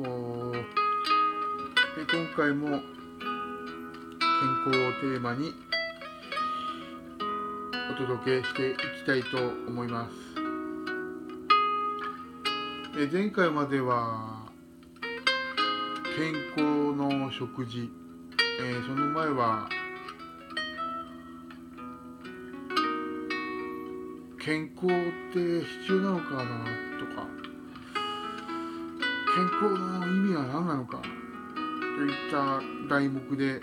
今回も健康をテーマにお届けしていきたいと思います。前回までは健康の食事、その前は健康って必要なのかなとか、健康の意味は何なのかといった題目で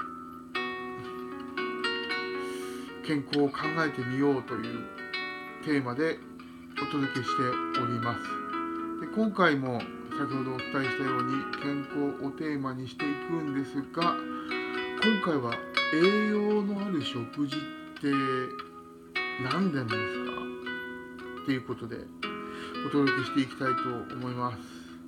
健康を考えてみようというテーマでお届けしております。で、今回も先ほどお伝えしたように健康をテーマにしていくんですが、今回は栄養のある食事って何なんですかっていうことでお届けしていきたいと思います。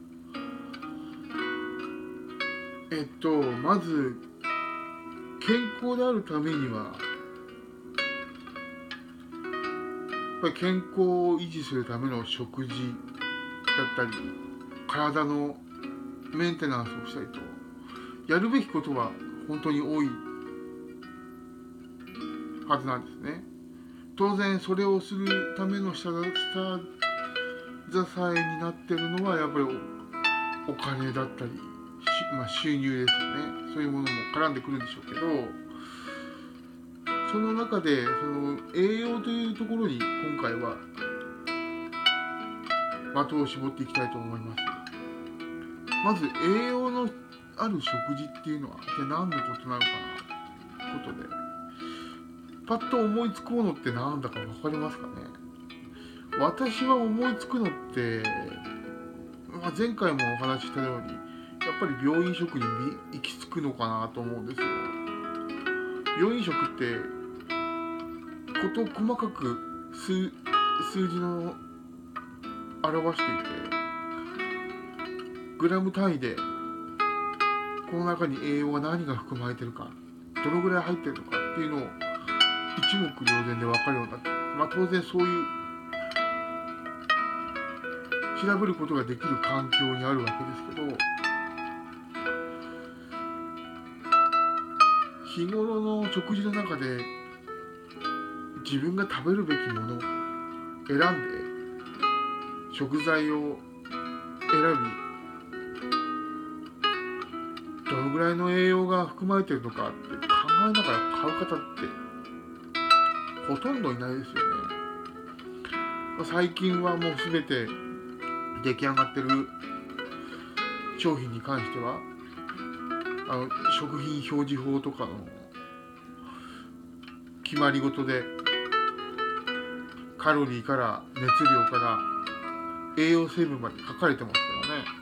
まず健康であるためにはやっぱり健康を維持するための食事だったり体のメンテナンスをしたりとやるべきことは本当に多いはずなんですね。当然それをするための下支えになってるのはやっぱりお金だったり、収入ですよね。そういうものも絡んでくるんでしょうけど、その中でその栄養というところに今回は的を絞っていきたいと思います。まず栄養のある食事っていうのは一体何のことなのかなということで、パッと思いつくものって何だか分かりますかね。私は思いつくのって、前回もお話ししたようにやっぱり病院食に行き着くのかなと思うんですよ。病院食って事細かく数字の表していて、グラム単位でこの中に栄養が何が含まれているか、どのぐらい入っているのかっていうのを一目瞭然で分かるようになって、当然そういう調べることができる環境にあるわけですけど、日頃の食事の中で自分が食べるべきものを選んで食材を選び、どのぐらいの栄養が含まれているのかって考えながら買う方ってほとんどいないですよね。最近はもうすべて出来上がってる商品に関しては食品表示法とかの決まり事でカロリーから熱量から栄養成分まで書かれてますからね。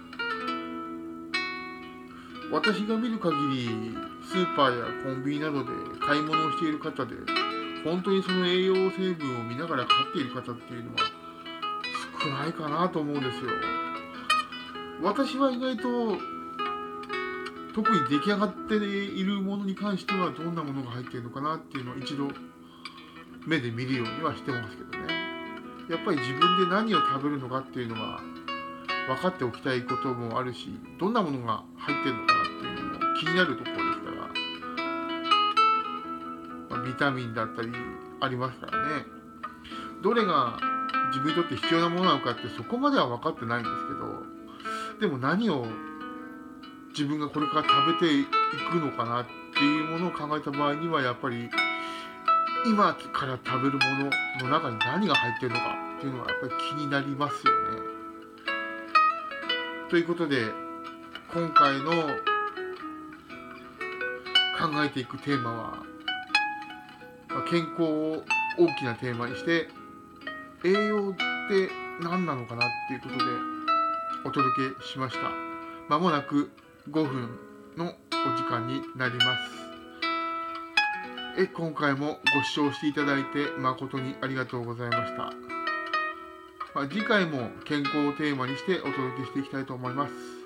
私が見る限りスーパーやコンビニなどで買い物をしている方で本当にその栄養成分を見ながら買っている方っていうのは少ないかなと思うんですよ。私は意外と特に出来上がっているものに関してはどんなものが入っているのかなっていうのを一度目で見るようにはしてますけどね。やっぱり自分で何を食べるのかっていうのは分かっておきたいこともあるし、どんなものが入っているのかなっていうのも気になるところですから、ビタミンだったりありますからね。どれが自分にとって必要なものなのかってそこまでは分かってないんですけど、でも何を自分がこれから食べていくのかなっていうものを考えた場合にはやっぱり今から食べるものの中に何が入っているのかっていうのはやっぱり気になりますよね。ということで今回の考えていくテーマは、健康を大きなテーマにして栄養って何なのかなっていうことでお届けしました。まもなく5分のお時間になります。今回もご視聴していただいて誠にありがとうございました。次回も健康をテーマにしてお届けしていきたいと思います。